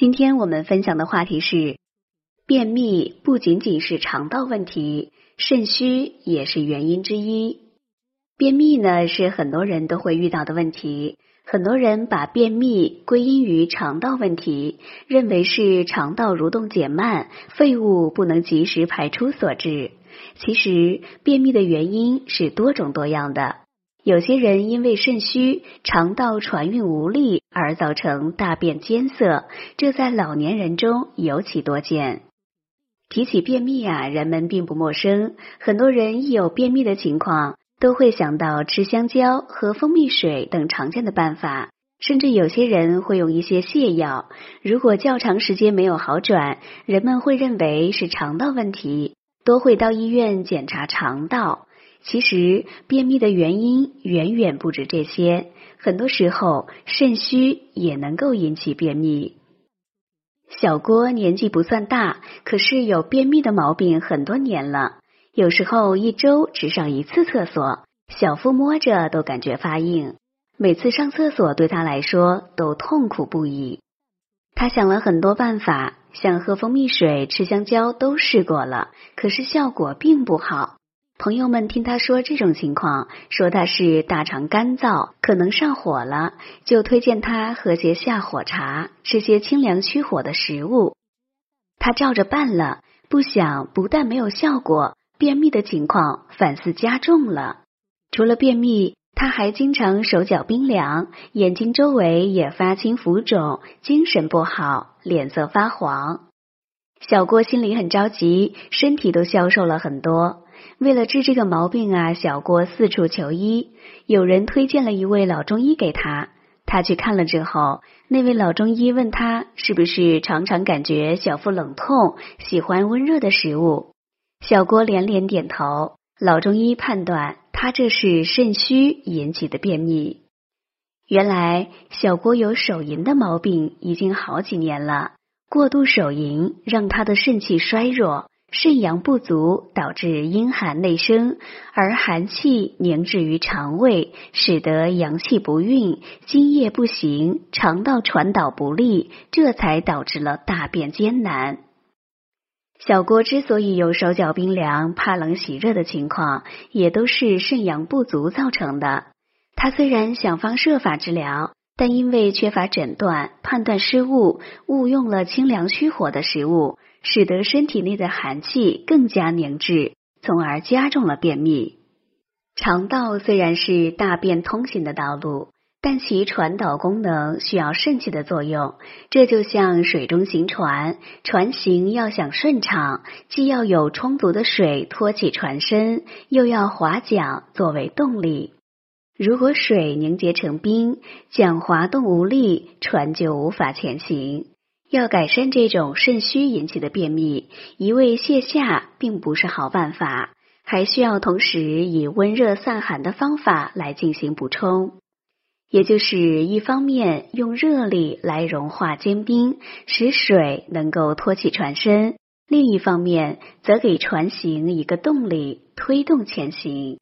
今天我们分享的话题是，便秘不仅仅是肠道问题，肾虚也是原因之一。便秘呢，是很多人都会遇到的问题，很多人把便秘归因于肠道问题，认为是肠道蠕动减慢，废物不能及时排出所致。其实，便秘的原因是多种多样的。有些人因为肾虚、肠道传运无力而造成大便艰涩，这在老年人中尤其多见。提起便秘人们并不陌生，很多人一有便秘的情况，都会想到吃香蕉、喝蜂蜜水等常见的办法，甚至有些人会用一些泻药。如果较长时间没有好转，人们会认为是肠道问题，多会到医院检查肠道。其实便秘的原因远远不止这些，很多时候肾虚也能够引起便秘。小郭年纪不算大，可是有便秘的毛病很多年了，有时候一周只上一次厕所，小腹摸着都感觉发硬，每次上厕所对他来说都痛苦不已。他想了很多办法，像喝蜂蜜水、吃香蕉都试过了，可是效果并不好。朋友们听他说这种情况，说他是大肠干燥，可能上火了，就推荐他喝些下火茶，吃些清凉驱火的食物。他照着办了，不想不但没有效果，便秘的情况反似加重了。除了便秘，他还经常手脚冰凉，眼睛周围也发青浮肿，精神不好，脸色发黄。小郭心里很着急，身体都消瘦了很多。为了治这个毛病小郭四处求医，有人推荐了一位老中医给他。他去看了之后，那位老中医问他是不是常常感觉小腹冷痛，喜欢温热的食物。小郭连连点头，老中医判断他这是肾虚引起的便秘。原来小郭有手淫的毛病已经好几年了，过度手淫让他的肾气衰弱，肾阳不足，导致阴寒内生，而寒气凝滞于肠胃，使得阳气不运，津液不行，肠道传导不利，这才导致了大便艰难。小郭之所以有手脚冰凉、怕冷喜热的情况，也都是肾阳不足造成的。他虽然想方设法治疗，但因为缺乏诊断、判断失误，误用了清凉驱火的食物，使得身体内的寒气更加凝滞，从而加重了便秘。肠道虽然是大便通行的道路，但其传导功能需要肾气的作用，这就像水中行船，船行要想顺畅，既要有充足的水托起船身，又要划桨作为动力。如果水凝结成冰，桨滑动无力，船就无法前行。要改善这种肾虚引起的便秘，一味泻下并不是好办法，还需要同时以温热散寒的方法来进行补充。也就是一方面用热力来融化坚冰，使水能够托起船身，另一方面则给船行一个动力，推动前行。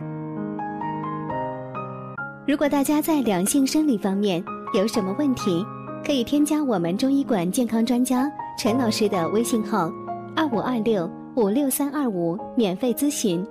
如果大家在两性生理方面有什么问题，可以添加我们中医馆健康专家陈老师的微信号2526-56325免费咨询。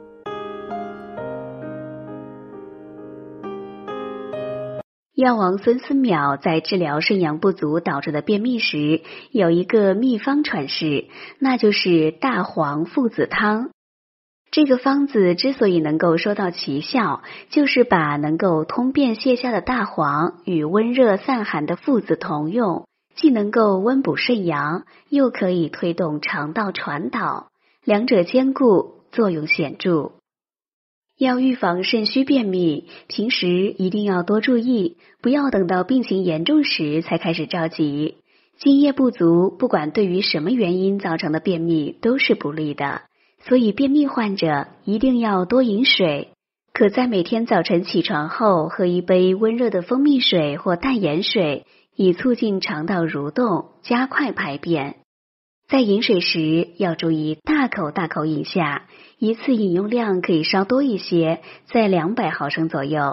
药王孙思邈在治疗肾阳不足导致的便秘时，有一个秘方传世，那就是大黄附子汤。这个方子之所以能够收到奇效，就是把能够通便泻下的大黄与温热散寒的附子同用，既能够温补肾阳，又可以推动肠道传导，两者兼顾，作用显著。要预防肾虚便秘，平时一定要多注意，不要等到病情严重时才开始着急。津液不足，不管对于什么原因造成的便秘都是不利的，所以便秘患者一定要多饮水，可在每天早晨起床后喝一杯温热的蜂蜜水或淡盐水，以促进肠道蠕动，加快排便。在饮水时要注意大口大口饮下，一次饮用量可以稍多一些，在200毫升左右，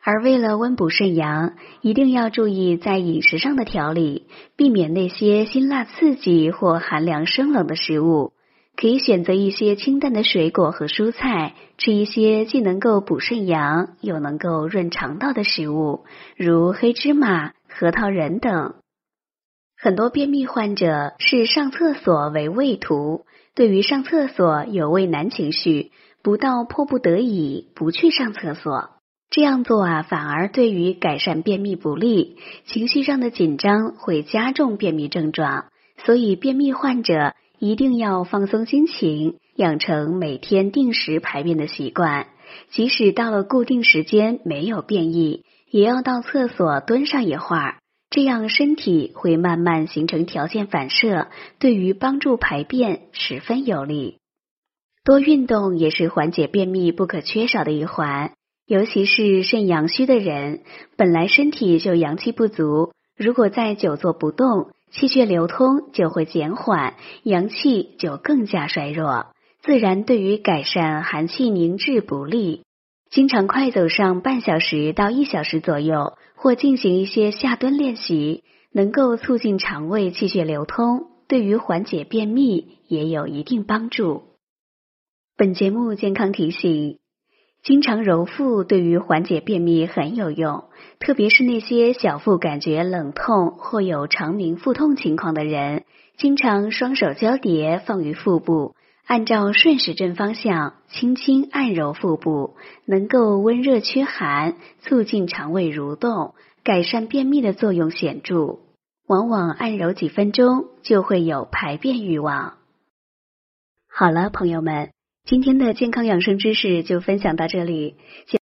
而为了温补肾阳，一定要注意在饮食上的调理，避免那些辛辣刺激或寒凉生冷的食物。可以选择一些清淡的水果和蔬菜，吃一些既能够补肾阳又能够润肠道的食物，如黑芝麻、核桃仁等。很多便秘患者视上厕所为畏途，对于上厕所有畏难情绪，不到迫不得已不去上厕所。这样做反而对于改善便秘不利，情绪上的紧张会加重便秘症状，所以便秘患者一定要放松心情，养成每天定时排便的习惯。即使到了固定时间没有便意，也要到厕所蹲上一会儿，这样身体会慢慢形成条件反射，对于帮助排便十分有利。多运动也是缓解便秘不可缺少的一环，尤其是肾阳虚的人，本来身体就阳气不足，如果再久坐不动，气血流通就会减缓，阳气就更加衰弱，自然对于改善寒气凝滞不利。经常快走上半小时到1小时左右，或进行一些下蹲练习，能够促进肠胃气血流通，对于缓解便秘也有一定帮助。本节目健康提醒，经常揉腹对于缓解便秘很有用，特别是那些小腹感觉冷痛或有肠鸣腹痛情况的人，经常双手交叠放于腹部，按照顺时针方向轻轻按揉腹部，能够温热驱寒，促进肠胃蠕动，改善便秘的作用显著，往往按揉几分钟就会有排便欲望。好了，朋友们，今天的健康养生知识就分享到这里。